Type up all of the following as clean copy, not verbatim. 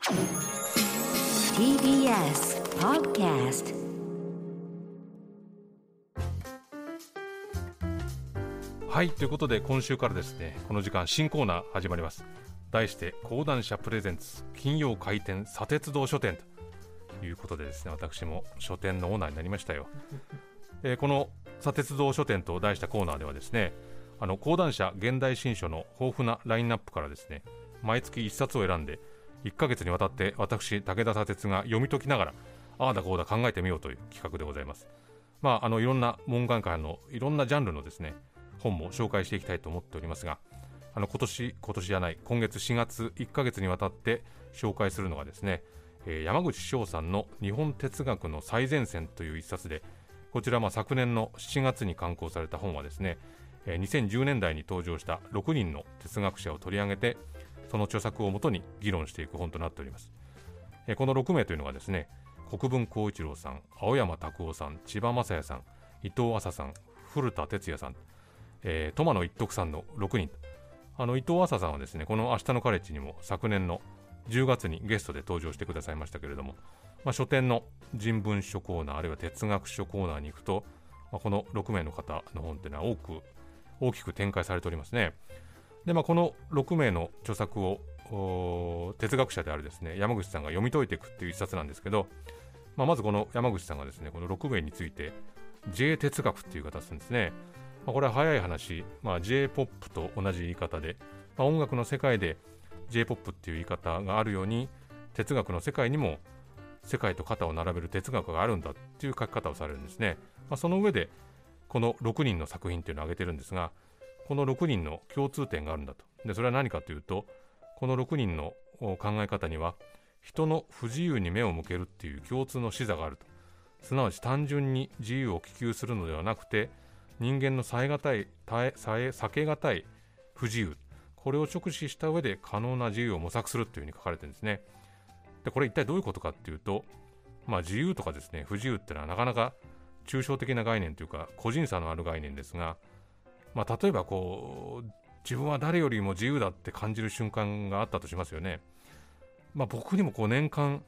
TBS Podcast。 はい、ということで今週からですね、この時間新コーナー始まります。題して講談社プレゼンツ金曜開店砂鉄道書店ということでですね、私も書店のオーナーになりましたよ。この砂鉄道書店と題したコーナーではですね、講談社現代新書の豊富なラインナップからですね、毎月1冊を選んで1ヶ月にわたって私武田砂鉄が読み解きながらああだこうだ考えてみようという企画でございます。いろんな門外漢のいろんなジャンルのですね本も紹介していきたいと思っておりますが、今月4月1ヶ月にわたって紹介するのがですね、山口翔さんの日本哲学の最前線という一冊で、こちら昨年の7月に刊行された本はですね、2010年代に登場した6人の哲学者を取り上げて、その著作をもとに議論していく本となっております。この6名というのがですね、国分光一郎さん、青山拓夫さん、千葉雅也さん、伊藤麻さん、古田哲也さん、苫野一徳さんの6人。伊藤麻さんはですね、この明日のカレッジにも昨年の10月にゲストで登場してくださいましたけれども、書店の人文書コーナーあるいは哲学書コーナーに行くと、この6名の方の本というのは大きく展開されておりますね。で、この6名の著作を哲学者であるですね山口さんが読み解いていくっていう一冊なんですけど、まずこの山口さんがですねこの6名について J 哲学っていう言い方するんですね。これは早い話、J-POP と同じ言い方で、音楽の世界で J-POP っていう言い方があるように、哲学の世界にも世界と肩を並べる哲学があるんだっていう書き方をされるんですね。その上でこの6人の作品っていうのを挙げてるんですが、この6人の共通点があるんだと。でそれは何かというと、この6人の考え方には人の不自由に目を向けるっていう共通の視座があると。すなわち単純に自由を希求するのではなくて、人間の避けがたい不自由、これを直視した上で可能な自由を模索するというふうに書かれてるんですね。でこれ一体どういうことかっていうと、自由とかですね不自由ってのはなかなか抽象的な概念というか個人差のある概念ですが、例えば自分は誰よりも自由だって感じる瞬間があったとしますよね。僕にも年間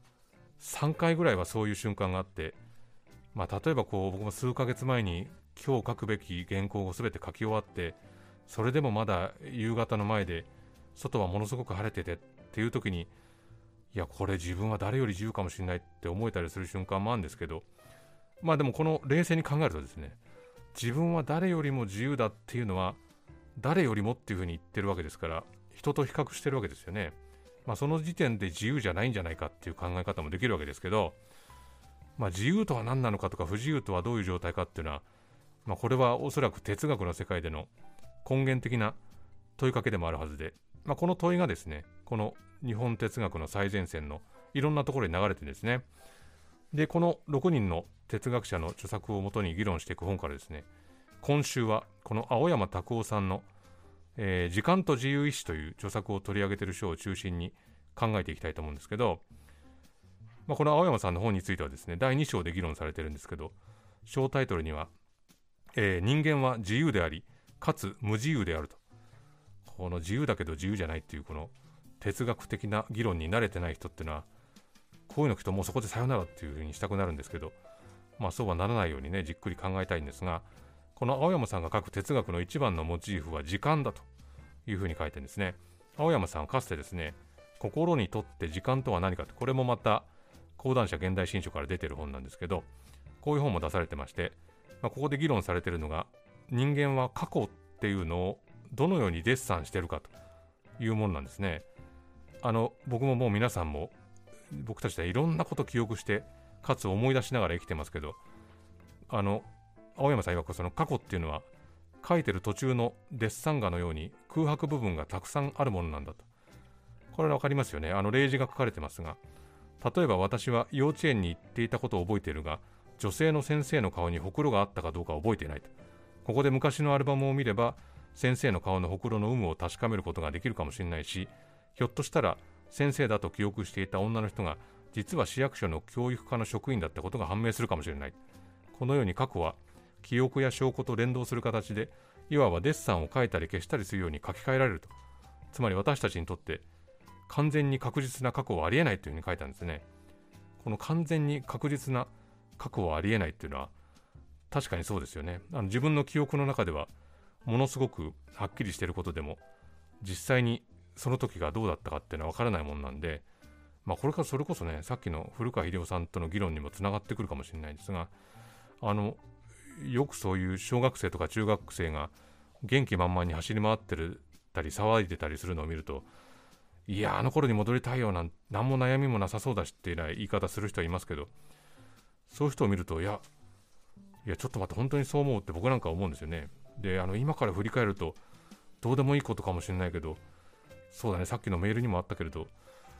3回ぐらいはそういう瞬間があって、例えば僕も数ヶ月前に今日書くべき原稿を全て書き終わって、それでもまだ夕方の前で外はものすごく晴れててっていう時に、いやこれ自分は誰より自由かもしれないって思えたりする瞬間もあるんですけど、でもこの冷静に考えるとですね、自分は誰よりも自由だっていうのは誰よりもっていうふうに言ってるわけですから、人と比較してるわけですよね。その時点で自由じゃないんじゃないかっていう考え方もできるわけですけど、自由とは何なのかとか不自由とはどういう状態かっていうのは、これはおそらく哲学の世界での根源的な問いかけでもあるはずで、この問いがですねこの日本哲学の最前線のいろんなところに流れてですね、でこの6人の哲学者の著作をもとに議論していく本からですね、今週はこの青山拓夫さんの、時間と自由意志という著作を取り上げている書を中心に考えていきたいと思うんですけど、この青山さんの本についてはですね第2章で議論されているんですけど、章タイトルには、人間は自由でありかつ無自由であると。この自由だけど自由じゃないっていうこの哲学的な議論に慣れてない人っていうのは、こういうの聞くともうそこでさよならっていう風にしたくなるんですけど、そうはならないようにねじっくり考えたいんですが、この青山さんが書く哲学の一番のモチーフは時間だという風に書いてるんですね。青山さんはかつてですね、心にとって時間とは何かと、これもまた講談社現代新書から出てる本なんですけど、こういう本も出されてまして、ここで議論されているのが、人間は過去っていうのをどのようにデッサンしてるかというものなんですね。僕ももう皆さんも僕たちはいろんなことを記憶してかつ思い出しながら生きてますけど、青山さん曰くその過去っていうのは書いてる途中のデッサン画のように空白部分がたくさんあるものなんだと。これは分かりますよね。例示が書かれてますが、例えば私は幼稚園に行っていたことを覚えているが、女性の先生の顔にほくろがあったかどうか覚えていないと。ここで昔のアルバムを見れば先生の顔のほくろの有無を確かめることができるかもしれないし、ひょっとしたら先生だと記憶していた女の人が実は市役所の教育課の職員だったことが判明するかもしれない。このように過去は記憶や証拠と連動する形で、いわばデッサンを描いたり消したりするように書き換えられると。つまり私たちにとって完全に確実な過去はありえないというふうに書いたんですね。この完全に確実な過去はありえないっていうのは確かにそうですよね。自分の記憶の中ではものすごくはっきりしていることでも、実際にその時がどうだったかっていうのは分からないもんなんで、これからそれこそね、さっきの古川英夫さんとの議論にもつながってくるかもしれないんですが、よくそういう小学生とか中学生が元気満々に走り回ってたり騒いでたりするのを見ると、いやあの頃に戻りたいよ、何も悩みもなさそうだしっていうような言い方する人はいますけど、そういう人を見ると、いやちょっと待って、本当にそう思うって僕なんか思うんですよね。で、今から振り返るとどうでもいいことかもしれないけど、そうだね、さっきのメールにもあったけれど、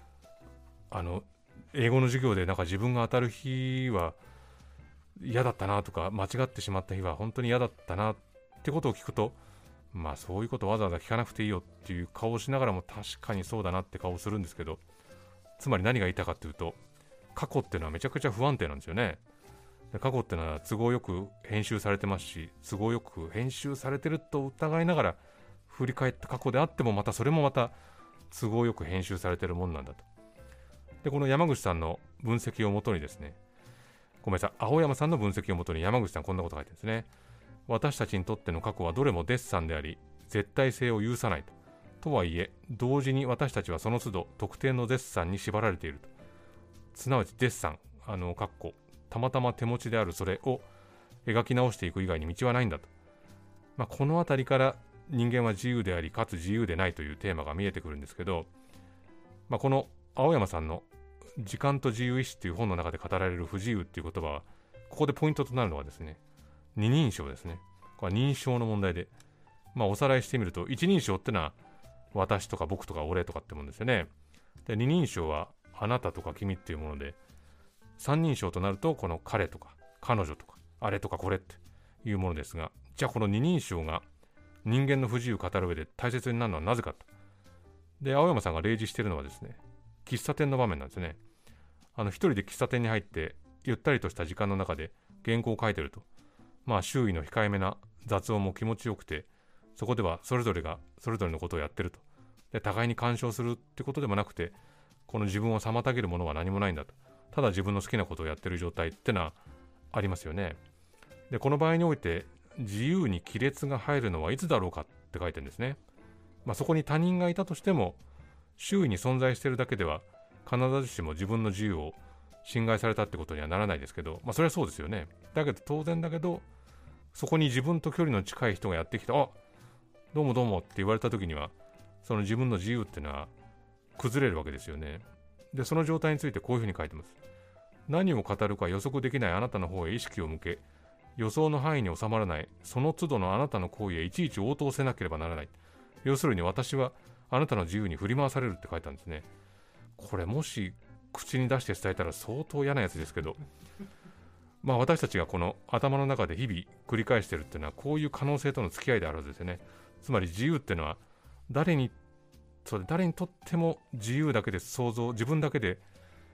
英語の授業でなんか自分が当たる日は嫌だったなとか、間違ってしまった日は本当に嫌だったなってことを聞くと、そういうことわざわざ聞かなくていいよっていう顔をしながらも、確かにそうだなって顔をするんですけど、つまり何が言いたかっていうと、過去っていうのはめちゃくちゃ不安定なんですよね。で、過去っていうのは都合よく編集されてますし、都合よく編集されてると疑いながら振り返った過去であっても、またそれもまた都合よく編集されてるもんなんだと。で、この山口さんの分析をもとにですね、ごめんなさい、青山さんの分析をもとに山口さんこんなこと書いてるんですね。私たちにとっての過去はどれもデッサンであり、絶対性を有さないと。とはいえ、同時に私たちはその都度特定のデッサンに縛られていると。すなわちデッサン、たまたま手持ちであるそれを描き直していく以外に道はないんだと。このあたりから人間は自由であり、かつ自由でないというテーマが見えてくるんですけど、この青山さんの時間と自由意志っていう本の中で語られる不自由っていう言葉は、ここでポイントとなるのはですね、二人称ですね。これは認証の問題で、おさらいしてみると、一人称ってのは私とか僕とか俺とかってもんですよね。で、二人称はあなたとか君っていうもので、三人称となるとこの彼とか彼女とかあれとかこれっていうものですが、じゃあこの二人称が人間の不自由を語る上で大切になるのはなぜかと。で、青山さんが例示しているのはですね、喫茶店の場面なんですね。一人で喫茶店に入ってゆったりとした時間の中で原稿を書いてると、周囲の控えめな雑音も気持ちよくて、そこではそれぞれがそれぞれのことをやってると。で、互いに干渉するってことでもなくて、この自分を妨げるものは何もないんだと。ただ自分の好きなことをやってる状態ってのはありますよね。で、この場合において自由に亀裂が入るのはいつだろうかって書いてるんですね。そこに他人がいたとしても、周囲に存在しているだけでは必ずしも自分の自由を侵害されたってことにはならないですけど、それはそうですよね。だけど当然だけど、そこに自分と距離の近い人がやってきて、あ、どうもどうもって言われた時には、その自分の自由っていうのは崩れるわけですよね。で、その状態についてこういうふうに書いてます。何を語るか予測できないあなたの方へ意識を向け、予想の範囲に収まらないその都度のあなたの行為へいちいち応答せなければならない。要するに私はあなたの自由に振り回されるって書いたんですね。これもし口に出して伝えたら相当嫌なやつですけど、私たちがこの頭の中で日々繰り返してるっていうのはこういう可能性との付き合いであるはずですよね。つまり自由っていうのは誰にとっても自由だけで自分だけで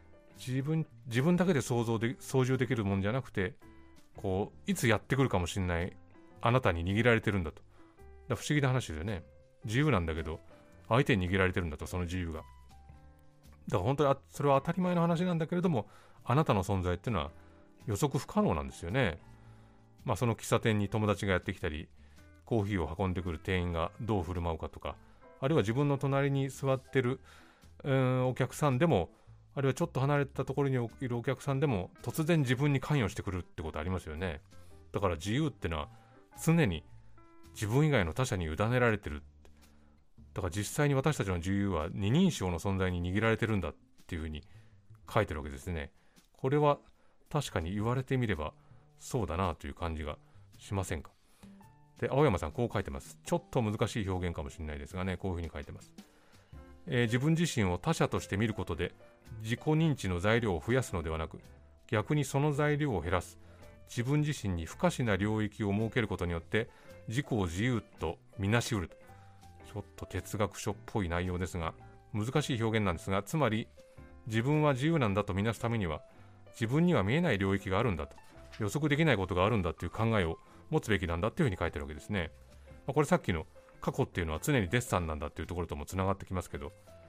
操縦できるもんじゃなくて、いつやってくるかもしれないあなたに握られてるんだと。不思議な話ですよね。自由なんだけど相手に握られてるんだと、その自由が。だから本当にそれは当たり前の話なんだけれども、あなたの存在っていうのは予測不可能なんですよね。その喫茶店に友達がやってきたり、コーヒーを運んでくる店員がどう振る舞うかとか、あるいは自分の隣に座ってるお客さんでも、あるいはちょっと離れたところにいるお客さんでも突然自分に関与してくるってことありますよね。だから自由ってのは常に自分以外の他者に委ねられてる。だから実際に私たちの自由は二人称の存在に握られてるんだっていうふうに書いてるわけですね。これは確かに言われてみればそうだなという感じがしませんか。で、青山さんこう書いてます。ちょっと難しい表現かもしれないですがね、こういうふうに書いてます。自分自身を他者として見ることで自己認知の材料を増やすのではなく、逆にその材料を減らす、自分自身に不可視な領域を設けることによって自己を自由とみなしうると。ちょっと哲学書っぽい内容ですが、難しい表現なんですが、つまり自分は自由なんだとみなすためには、自分には見えない領域があるんだと、予測できないことがあるんだという考えを持つべきなんだというふうに書いてるわけですね。これさっきの過去っていうのは常にデッサンなんだっていうところともつながってきますけど、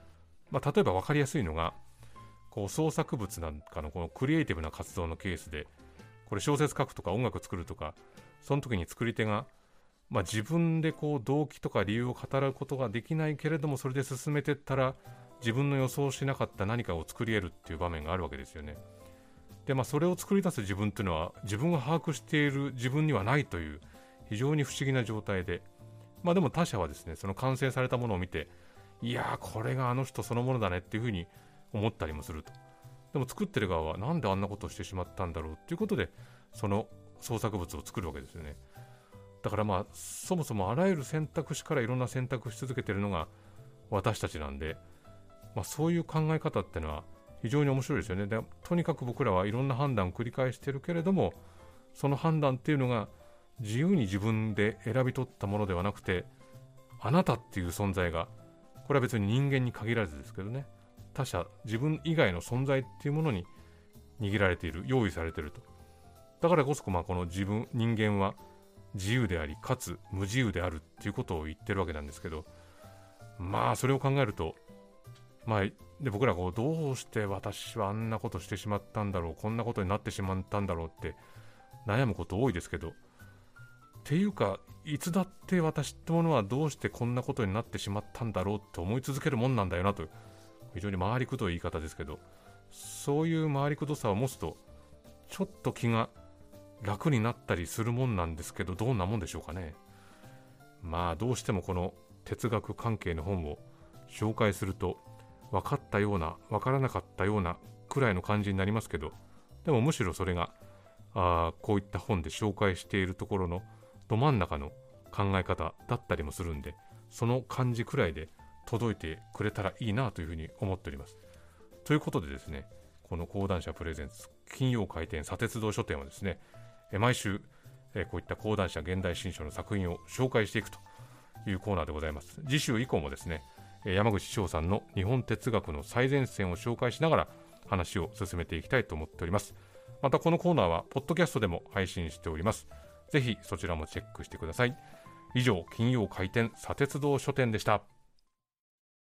例えば分かりやすいのがこう創作物なんかのこのクリエイティブな活動のケースで、これ小説書くとか音楽作るとか、その時に作り手が、自分でこう動機とか理由を語ることができないけれども、それで進めていったら自分の予想しなかった何かを作り得るっていう場面があるわけですよね。でそれを作り出す自分っていうのは自分が把握している自分にはないという非常に不思議な状態で、でも他者はですね、その完成されたものを見て、いやーこれがあの人そのものだねっていうふうに思ったりもすると。でも作ってる側はなんであんなことをしてしまったんだろうっていうことで、その創作物を作るわけですよね。だからそもそもあらゆる選択肢からいろんな選択し続けているのが私たちなんで、そういう考え方ってのは非常に面白いですよね。でとにかく僕らはいろんな判断を繰り返しているけれども、その判断っていうのが自由に自分で選び取ったものではなくて、あなたっていう存在が、これは別に人間に限らずですけどね、他者、自分以外の存在っていうものに握られている、用意されていると。だからこそこの人間は自由でありかつ無自由であるっていうことを言ってるわけなんですけど、それを考えると、で僕らどうして私はあんなことしてしまったんだろう、こんなことになってしまったんだろうって悩むこと多いですけど、っていうかいつだって私ってものはどうしてこんなことになってしまったんだろうって思い続けるもんなんだよなと、非常に回りくどい言い方ですけど、そういう回りくどさを持つとちょっと気が楽になったりするもんなんですけど、どんなもんでしょうかね。どうしてもこの哲学関係の本を紹介すると、分かったような分からなかったようなくらいの感じになりますけど、でもむしろそれがこういった本で紹介しているところのど真ん中の考え方だったりもするんで、その感じくらいで届いてくれたらいいなというふうに思っております。ということでですね、この講談社プレゼンツ金曜開店砂鉄道書店はですね、毎週こういった講談社現代新書の作品を紹介していくというコーナーでございます。次週以降もですね、山口翔さんの日本哲学の最前線を紹介しながら話を進めていきたいと思っております。またこのコーナーはポッドキャストでも配信しております。ぜひそちらもチェックしてください。以上、金曜開店砂鉄道書店でした。